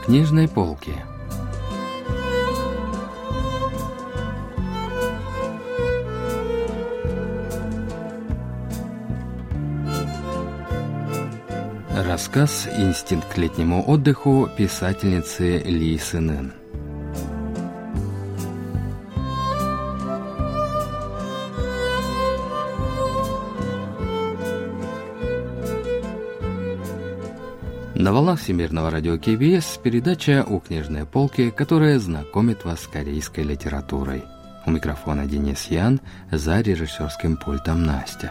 книжной полки. Рассказ «Инстинкт к летнему отдыху» писательницы Ли Сенэн. На волнах Всемирного радио КБС передача «У книжной полки», которая знакомит вас с корейской литературой. У микрофона Денис Ян, за режиссерским пультом Настя.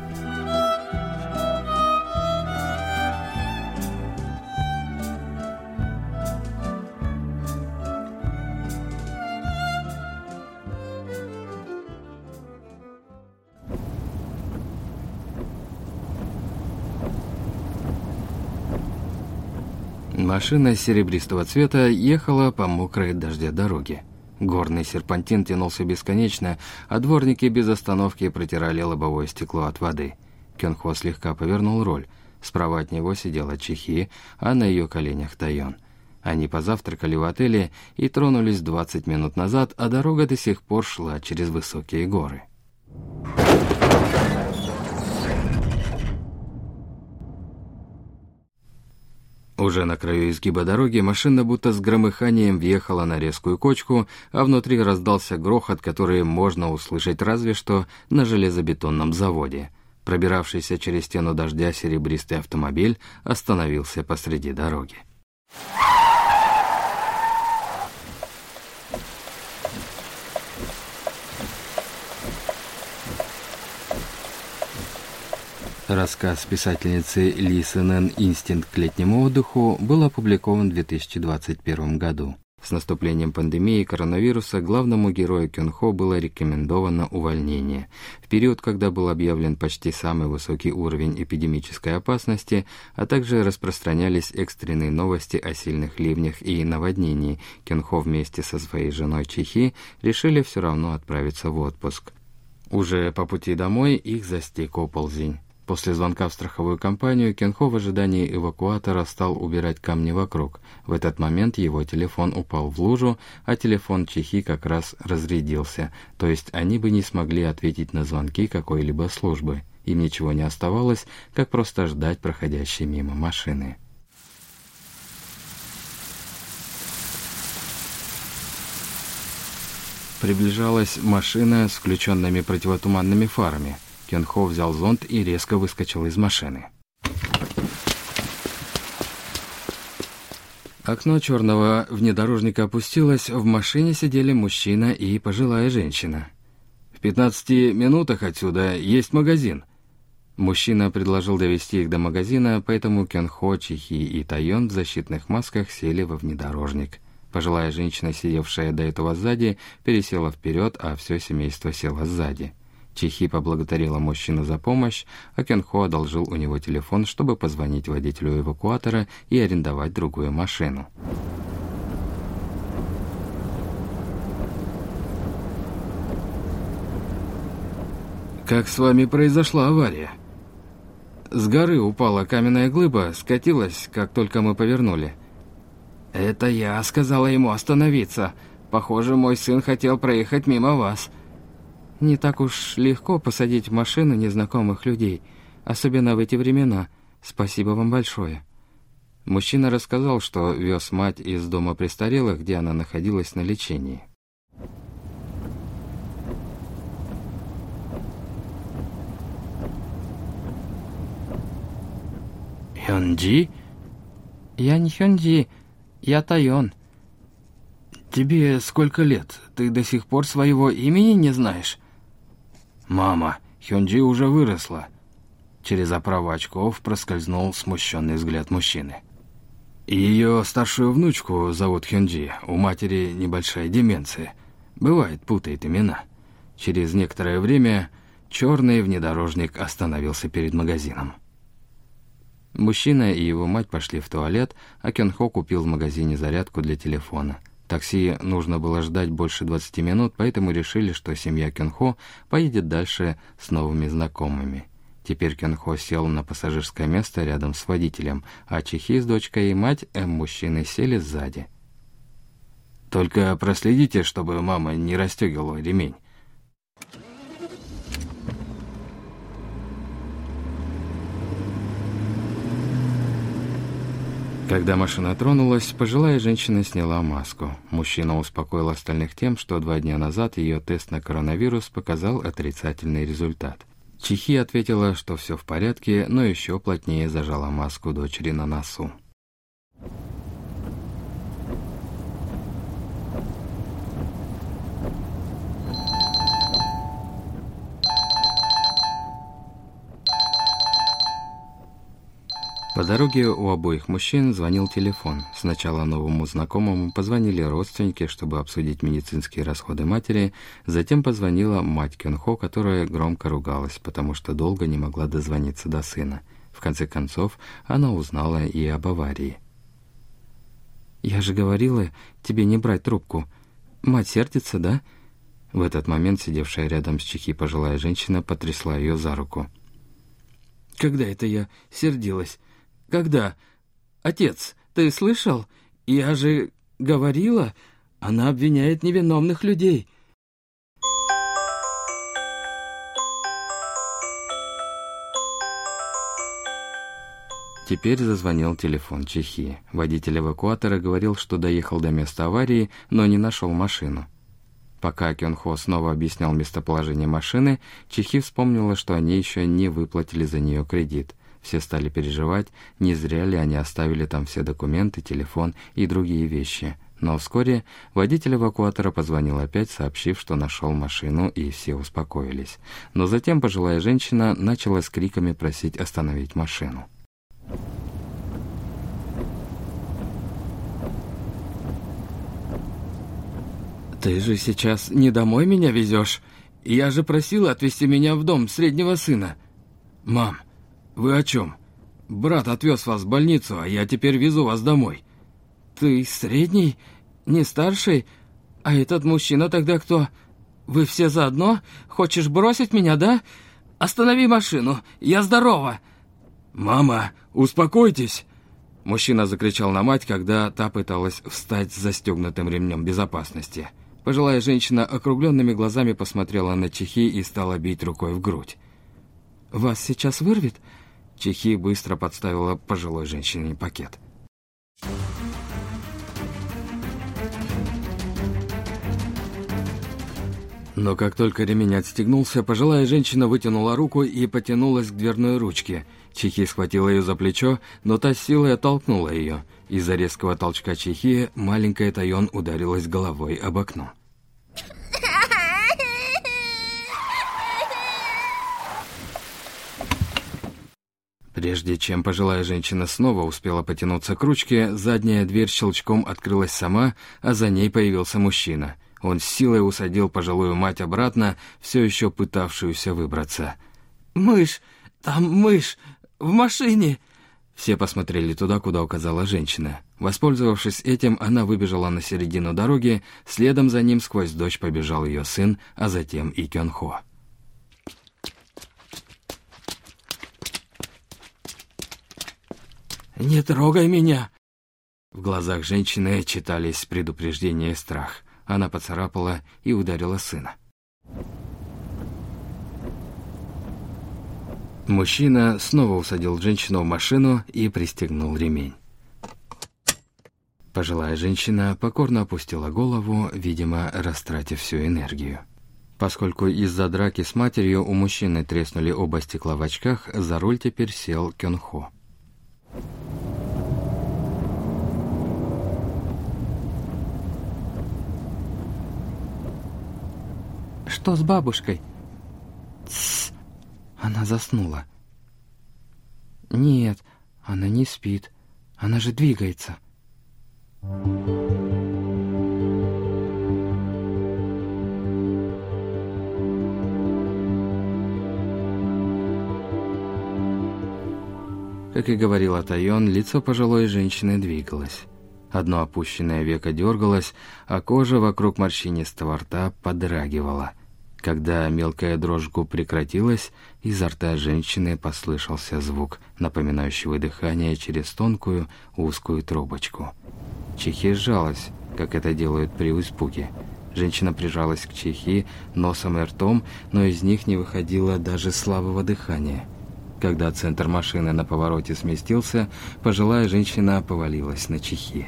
Машина серебристого цвета ехала по мокрой от дождя дороге. Горный серпантин тянулся бесконечно, а дворники без остановки протирали лобовое стекло от воды. Кён-хо слегка повернул руль. Справа от него сидела Чихи, а на ее коленях Тайон. Они позавтракали в отеле и тронулись 20 минут назад, а дорога до сих пор шла через высокие горы. Уже на краю изгиба дороги машина будто с громыханием въехала на резкую кочку, а внутри раздался грохот, который можно услышать разве что на железобетонном заводе. Пробиравшийся через стену дождя серебристый автомобиль остановился посреди дороги. Рассказ писательницы Ли Сенэн «Инстинкт к летнему отдыху» был опубликован в 2021 году. С наступлением пандемии коронавируса главному герою Кён-хо было рекомендовано увольнение. В период, когда был объявлен почти самый высокий уровень эпидемической опасности, а также распространялись экстренные новости о сильных ливнях и наводнении, Кён-хо вместе со своей женой Чихи решили все равно отправиться в отпуск. Уже по пути домой их застиг оползень. После звонка в страховую компанию Кён-хо в ожидании эвакуатора стал убирать камни вокруг. В этот момент его телефон упал в лужу, а телефон Чихи как раз разрядился, то есть они бы не смогли ответить на звонки какой-либо службы. Им ничего не оставалось, как просто ждать проходящей мимо машины. Приближалась машина с включенными противотуманными фарами. Кён-хо взял зонт и резко выскочил из машины. Окно черного внедорожника опустилось, в машине сидели мужчина и пожилая женщина. «В 15 минутах отсюда есть магазин». Мужчина предложил довести их до магазина, поэтому Кён-хо, Чихи и Тайон в защитных масках сели во внедорожник. Пожилая женщина, сидевшая до этого сзади, пересела вперед, а все семейство село сзади. Чихи поблагодарила мужчину за помощь, а Кён-хо одолжил у него телефон, чтобы позвонить водителю эвакуатора и арендовать другую машину. «Как с вами произошла авария?» «С горы упала каменная глыба, скатилась, как только мы повернули». «Это я сказала ему остановиться. Похоже, мой сын хотел проехать мимо вас». «Не так уж легко посадить в машину незнакомых людей, особенно в эти времена. Спасибо вам большое». Мужчина рассказал, что вез мать из дома престарелых, где она находилась на лечении. «Хёнджи?» «Я не Хёнджи, я Тайон». «Тебе сколько лет? Ты до сих пор своего имени не знаешь?» «Мама, Хёнджи уже выросла». Через оправу очков проскользнул смущенный взгляд мужчины. «Ее старшую внучку зовут Хёнджи, у матери небольшая деменция. Бывает, путает имена». Через некоторое время черный внедорожник остановился перед магазином. Мужчина и его мать пошли в туалет, а Кён-хо купил в магазине зарядку для телефона. Такси нужно было ждать больше 20 минут, поэтому решили, что семья Кён-хо поедет дальше с новыми знакомыми. Теперь Кёнхо сел на пассажирское место рядом с водителем, а Чихи с дочкой и мать мужчины сели сзади. «Только проследите, чтобы мама не расстегивала ремень». Когда машина тронулась, пожилая женщина сняла маску. Мужчина успокоил остальных тем, что 2 дня назад ее тест на коронавирус показал отрицательный результат. Чихи ответила, что все в порядке, но еще плотнее зажала маску дочери на носу. По дороге у обоих мужчин звонил телефон. Сначала новому знакомому позвонили родственники, чтобы обсудить медицинские расходы матери, затем позвонила мать Кёнхо, которая громко ругалась, потому что долго не могла дозвониться до сына. В конце концов, она узнала и об аварии. «Я же говорила тебе не брать трубку. Мать сердится, да?» В этот момент сидевшая рядом с Чихи пожилая женщина потрясла ее за руку. «Когда это я сердилась? Когда? Отец, ты слышал? Я же говорила, она обвиняет невиновных людей». Теперь зазвонил телефон Чихи. Водитель эвакуатора говорил, что доехал до места аварии, но не нашел машину. Пока Кёнхо снова объяснял местоположение машины, Чихи вспомнила, что они еще не выплатили за нее кредит. Все стали переживать, не зря ли они оставили там все документы, телефон и другие вещи. Но вскоре водитель эвакуатора позвонил опять, сообщив, что нашел машину, и все успокоились. Но затем пожилая женщина начала с криками просить остановить машину. «Ты же сейчас не домой меня везешь? Я же просила отвезти меня в дом среднего сына». «Мам, вы о чем? Брат отвез вас в больницу, а я теперь везу вас домой». «Ты средний? Не старший? А этот мужчина тогда кто? Вы все заодно? Хочешь бросить меня, да? Останови машину, я здорова!» «Мама, успокойтесь!» Мужчина закричал на мать, когда та пыталась встать с застегнутым ремнем безопасности. Пожилая женщина округленными глазами посмотрела на Чихи и стала бить рукой в грудь. «Вас сейчас вырвет?» Чихи быстро подставила пожилой женщине пакет. Но как только ремень отстегнулся, пожилая женщина вытянула руку и потянулась к дверной ручке. Чихи схватила ее за плечо, но та силой оттолкнула ее. Из-за резкого толчка Чихи маленькая Тайон ударилась головой об окно. Прежде чем пожилая женщина снова успела потянуться к ручке, задняя дверь щелчком открылась сама, а за ней появился мужчина. Он с силой усадил пожилую мать обратно, все еще пытавшуюся выбраться. «Мышь! Там мышь! В машине!» Все посмотрели туда, куда указала женщина. Воспользовавшись этим, она выбежала на середину дороги, следом за ним сквозь дождь побежал ее сын, а затем и Кёнхо. «Не трогай меня!» В глазах женщины читались предупреждение и страх. Она поцарапала и ударила сына. Мужчина снова усадил женщину в машину и пристегнул ремень. Пожилая женщина покорно опустила голову, видимо, растратив всю энергию. Поскольку из-за драки с матерью у мужчины треснули оба стекла в очках, за руль теперь сел Кёнхо. «Что с бабушкой?» «Тссс, она заснула». «Нет, она не спит, она же двигается». Как и говорила Тайон, лицо пожилой женщины двигалось. Одно опущенное веко дергалось, а кожа вокруг морщинистого рта подрагивала. Когда мелкая дрожь губ прекратилась, изо рта женщины послышался звук, напоминающий выдыхание через тонкую узкую трубочку. Чихи сжалась, как это делают при испуге. Женщина прижалась к Чихи носом и ртом, но из них не выходило даже слабого дыхания. Когда центр машины на повороте сместился, пожилая женщина повалилась на Чихи.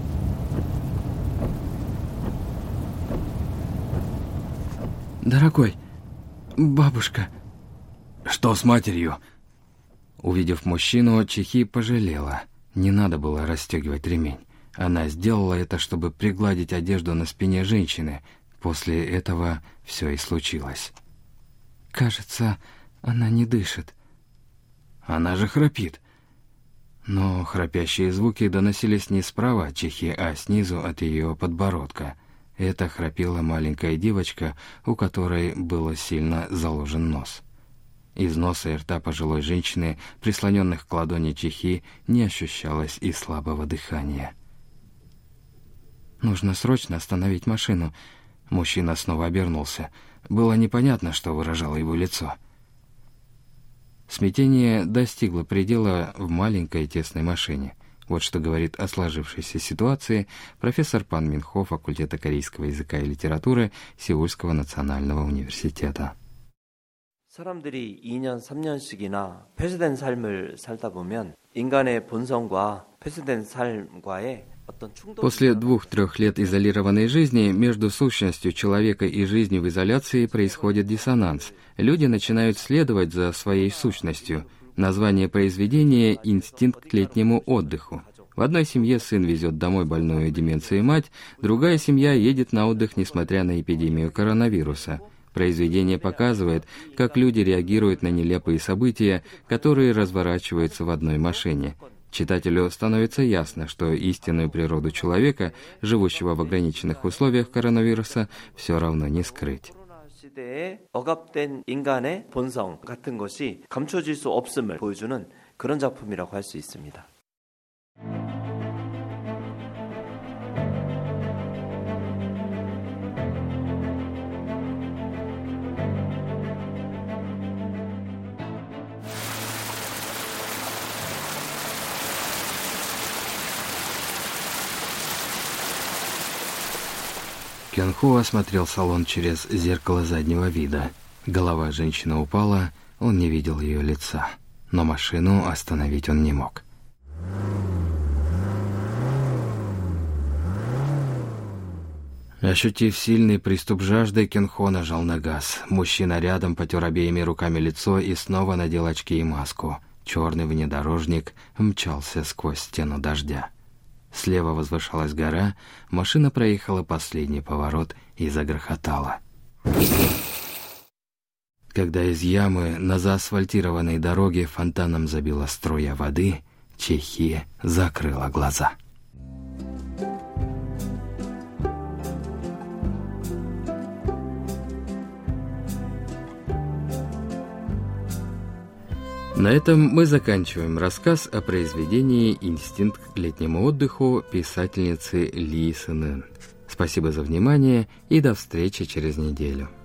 «Дорогой, бабушка...» «Что с матерью?» Увидев мужчину, Чихи пожалела. Не надо было расстегивать ремень. Она сделала это, чтобы пригладить одежду на спине женщины. После этого все и случилось. «Кажется, она не дышит». «Она же храпит». Но храпящие звуки доносились не справа от Чихи, а снизу от ее подбородка. Это храпела маленькая девочка, у которой был сильно заложен нос. Из носа и рта пожилой женщины, прислоненных к ладони Чихи, не ощущалось и слабого дыхания. «Нужно срочно остановить машину». Мужчина снова обернулся. Было непонятно, что выражало его лицо. Смятение достигло предела в маленькой тесной машине. Вот что говорит о сложившейся ситуации профессор Пан Мин Хо факультета корейского языка и литературы Сеульского национального университета. 사람들이 2년, 3년씩이나 폐쇄된 삶을 살다 보면 인간의 본성과 폐쇄된 삶과의 После 2-3 лет изолированной жизни между сущностью человека и жизнью в изоляции происходит диссонанс. Люди начинают следовать за своей сущностью. Название произведения «Инстинкт к летнему отдыху». В одной семье сын везет домой больную деменцией мать, другая семья едет на отдых, несмотря на эпидемию коронавируса. Произведение показывает, как люди реагируют на нелепые события, которые разворачиваются в одной машине. Читателю становится ясно, что истинную природу человека, живущего в ограниченных условиях коронавируса, все равно не скрыть. 시대에 억압된 인간의 본성 같은 것이 감춰질 수 없음을 보여주는 그런 작품이라고 할 수 있습니다. Кён Хо осмотрел салон через зеркало заднего вида. Голова женщины упала, он не видел ее лица. Но машину остановить он не мог. Ощутив сильный приступ жажды, Кён Хо нажал на газ. Мужчина рядом потер обеими руками лицо и снова надел очки и маску. Черный внедорожник мчался сквозь стену дождя. Слева возвышалась гора, машина проехала последний поворот и загрохотала. Когда из ямы на заасфальтированной дороге фонтаном забила струя воды, Чихи закрыла глаза. На этом мы заканчиваем рассказ о произведении «Инстинкт к летнему отдыху» писательницы Ли Сы-нын. Спасибо за внимание и до встречи через неделю.